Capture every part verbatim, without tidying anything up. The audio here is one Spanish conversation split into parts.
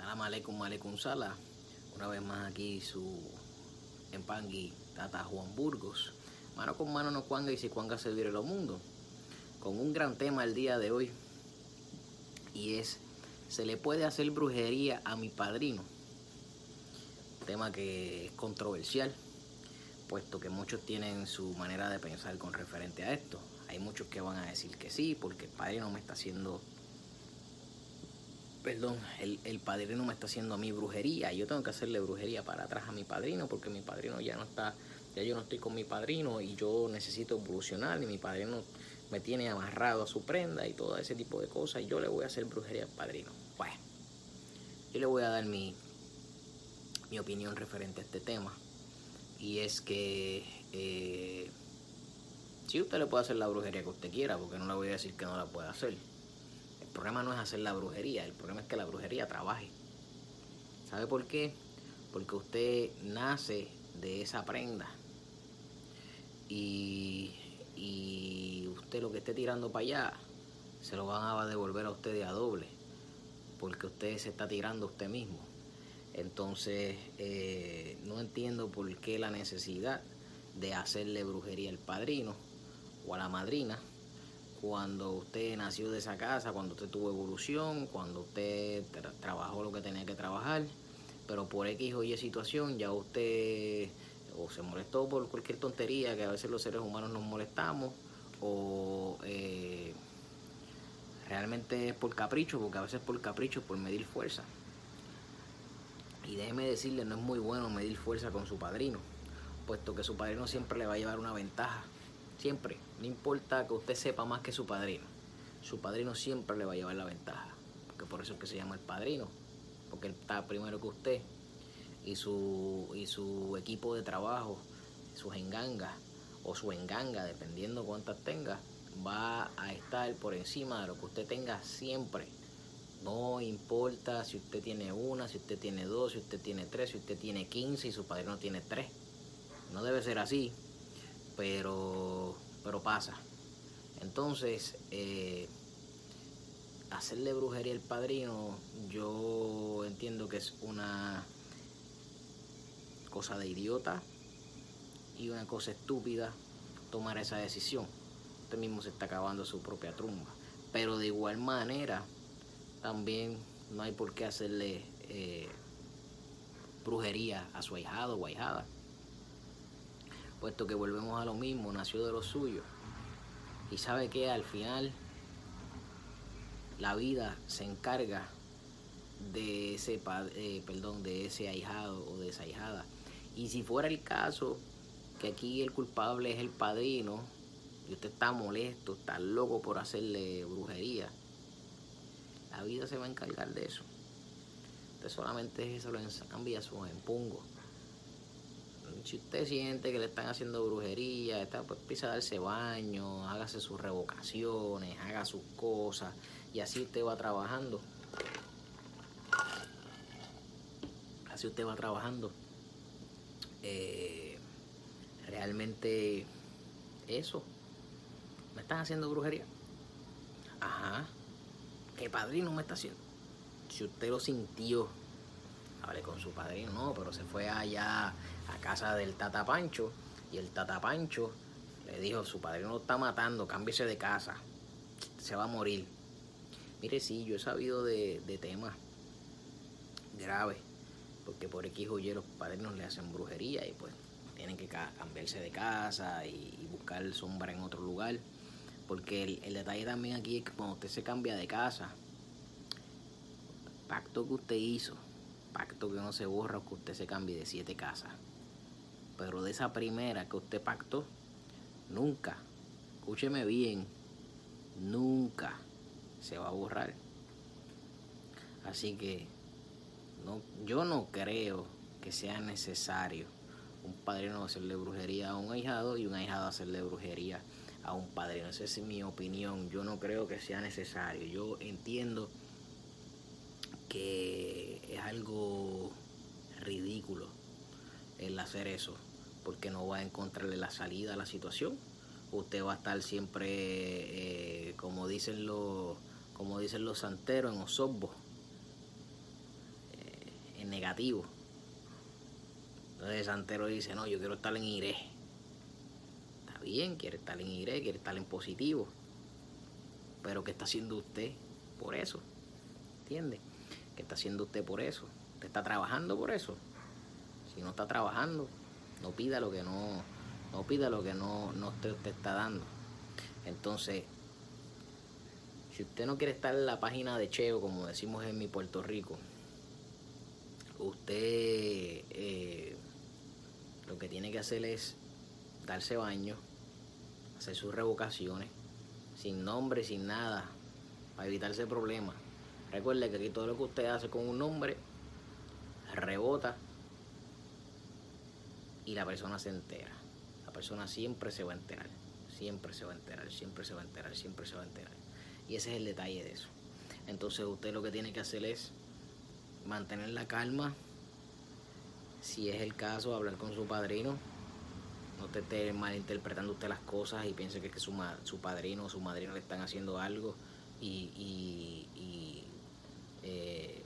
Salam aleikum, aleikum sala. Una vez más aquí su empangui Tata Juan Burgos. Mano con mano no cuanga y si cuanga se vire lo mundo. Con un gran tema el día de hoy. Y es, ¿se le puede hacer brujería a mi padrino? Tema que es controversial, puesto que muchos tienen su manera de pensar con referente a esto. Hay muchos que van a decir que sí, porque el padrino me está haciendo... Perdón, el, el padrino me está haciendo a mí brujería. Yo tengo que hacerle brujería para atrás a mi padrino porque mi padrino ya no está, ya yo no estoy con mi padrino y yo necesito evolucionar y mi padrino me tiene amarrado a su prenda y todo ese tipo de cosas y yo le voy a hacer brujería al padrino. Bueno, yo le voy a dar mi, mi opinión referente a este tema y es que eh, si usted le puede hacer la brujería que usted quiera, porque no le voy a decir que no la puede hacer. El problema no es hacer la brujería, el problema es que la brujería trabaje. ¿Sabe por qué? Porque usted nace de esa prenda y, y usted lo que esté tirando para allá se lo van a devolver a usted de a doble, porque usted se está tirando a usted mismo. Entonces eh, no entiendo por qué la necesidad de hacerle brujería al padrino o a la madrina cuando usted nació de esa casa, cuando usted tuvo evolución, cuando usted tra trabajó lo que tenía que trabajar, pero por X o Y situación ya usted o se molestó por cualquier tontería que a veces los seres humanos nos molestamos, o eh, realmente es por capricho, porque a veces por capricho, por medir fuerza. Y déjeme decirle, no es muy bueno medir fuerza con su padrino, puesto que su padrino siempre le va a llevar una ventaja. Siempre, no importa que usted sepa más que su padrino, su padrino siempre le va a llevar la ventaja, porque por eso es que se llama el padrino, porque él está primero que usted y su, y su equipo de trabajo, sus engangas o su enganga, dependiendo cuántas tenga, va a estar por encima de lo que usted tenga siempre. No importa si usted tiene una, si usted tiene dos, si usted tiene tres, si usted tiene quince y su padrino tiene tres. No debe ser así, pero, pero pasa. Entonces, eh, hacerle brujería al padrino, yo entiendo que es una cosa de idiota y una cosa estúpida tomar esa decisión. Usted mismo se está acabando su propia trumba. Pero de igual manera, también no hay por qué hacerle eh, brujería a su ahijado o ahijada, puesto que volvemos a lo mismo, nació de lo suyo. Y sabe que al final la vida se encarga de ese eh, perdón, de ese ahijado o de esa ahijada. Y si fuera el caso que aquí el culpable es el padrino y usted está molesto, está loco por hacerle brujería, la vida se va a encargar de eso. Usted solamente se lo cambia sus empungos. Si usted siente que le están haciendo brujería, está, pues empieza a darse baño, hágase sus revocaciones, haga sus cosas y así usted va trabajando. Así usted va trabajando. Eh, realmente eso. ¿Me están haciendo brujería? Ajá. ¿Qué padrino me está haciendo? Si usted lo sintió, hable con su padrino, no, pero se fue allá a casa del Tata Pancho y el Tata Pancho le dijo, su padrino lo está matando, cámbiese de casa, se va a morir. Mire, sí, yo he sabido de, de temas graves, porque por X o Y los padrinos le hacen brujería y pues tienen que cambiarse de casa y, y buscar sombra en otro lugar. Porque el, el detalle también aquí es que cuando usted se cambia de casa, pacto que usted hizo, pacto que no se borra, que usted se cambie de siete casas. Pero de esa primera que usted pactó, nunca, escúcheme bien, nunca se va a borrar. Así que no, yo no creo que sea necesario un padrino hacerle brujería a un ahijado y un ahijado hacerle brujería a un padrino. Esa es mi opinión. Yo no creo que sea necesario. Yo entiendo que es algo ridículo el hacer eso, porque no va a encontrarle la salida a la situación. Usted va a estar siempre, eh, como dicen los, como dicen los santeros, en Osorbo, negativo. Entonces Santero dice, no, yo quiero estar en Iré. Está bien, quiere estar en Iré, quiere estar en positivo. Pero ¿qué está haciendo usted por eso? ¿Entiende? ¿Qué está haciendo usted por eso? ¿Usted está trabajando por eso? Si no está trabajando, no pida lo que no, no pida lo que no, no usted, usted está dando. Entonces, si usted no quiere estar en la página de Cheo, como decimos en mi Puerto Rico, usted eh, lo que tiene que hacer es darse baño, hacer sus revocaciones, sin nombre, sin nada, para evitarse problemas. Recuerde que aquí todo lo que usted hace con un nombre rebota y la persona se entera. La persona siempre se va a enterar, siempre se va a enterar, siempre se va a enterar, siempre se va a enterar. Y ese es el detalle de eso. Entonces usted lo que tiene que hacer es mantener la calma. Si es el caso, hablar con su padrino. No te esté malinterpretando usted las cosas y piense que, es que su, su padrino o su madrina le están haciendo algo y, y, y eh,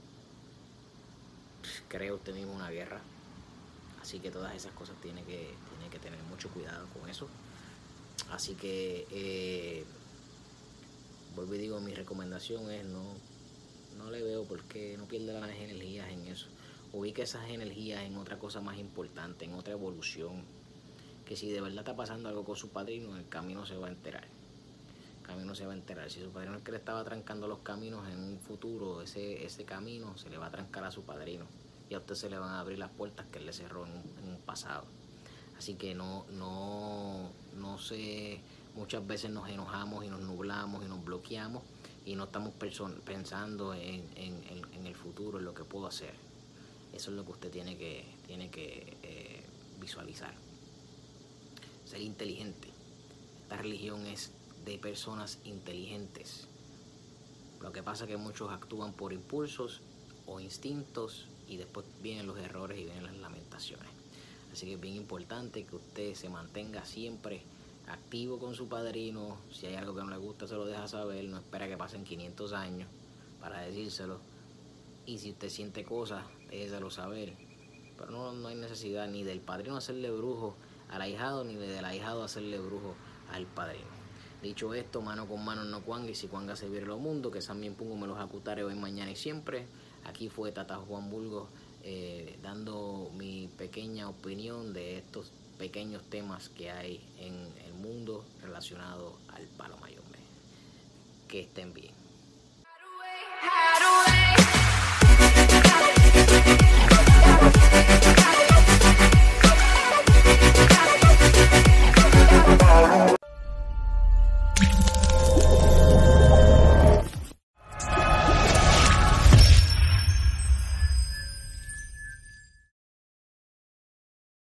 cree usted mismo una guerra. Así que todas esas cosas tiene que, tiene que tener mucho cuidado con eso. Así que, eh, vuelvo y digo, mi recomendación es no, no le veo por qué no pierda las energías en eso. Ubique esas energías en otra cosa más importante, en otra evolución. Que si de verdad está pasando algo con su padrino, en el camino se va a enterar. El camino se va a enterar. Si su padrino es el que le estaba trancando los caminos en un futuro, ese, ese camino se le va a trancar a su padrino. Y a usted se le van a abrir las puertas que él le cerró en un, en un pasado. Así que no, no, no sé, muchas veces nos enojamos y nos nublamos y nos bloqueamos y no estamos pensando en, en, en el futuro, en lo que puedo hacer. Eso es lo que usted tiene que, tiene que eh, visualizar. Ser inteligente. Esta religión es de personas inteligentes. Lo que pasa es que muchos actúan por impulsos o instintos y después vienen los errores y vienen las lamentaciones. Así que es bien importante que usted se mantenga siempre activo con su padrino. Si hay algo que no le gusta, se lo deja saber. No espera que pasen quinientos años para decírselo. Y si usted siente cosas, déjeselo saber. Pero no, no hay necesidad ni del padrino hacerle brujo al ahijado, ni del ahijado hacerle brujo al padrino. Dicho esto, mano con mano no cuanga, y si cuanga se viere lo mundo, que también pongo me los acutare hoy, mañana y siempre. Aquí fue Tata Juan Burgos eh, dando mi pequeña opinión de estos pequeños temas que hay en el mundo relacionado al palo mayombe. Que estén bien.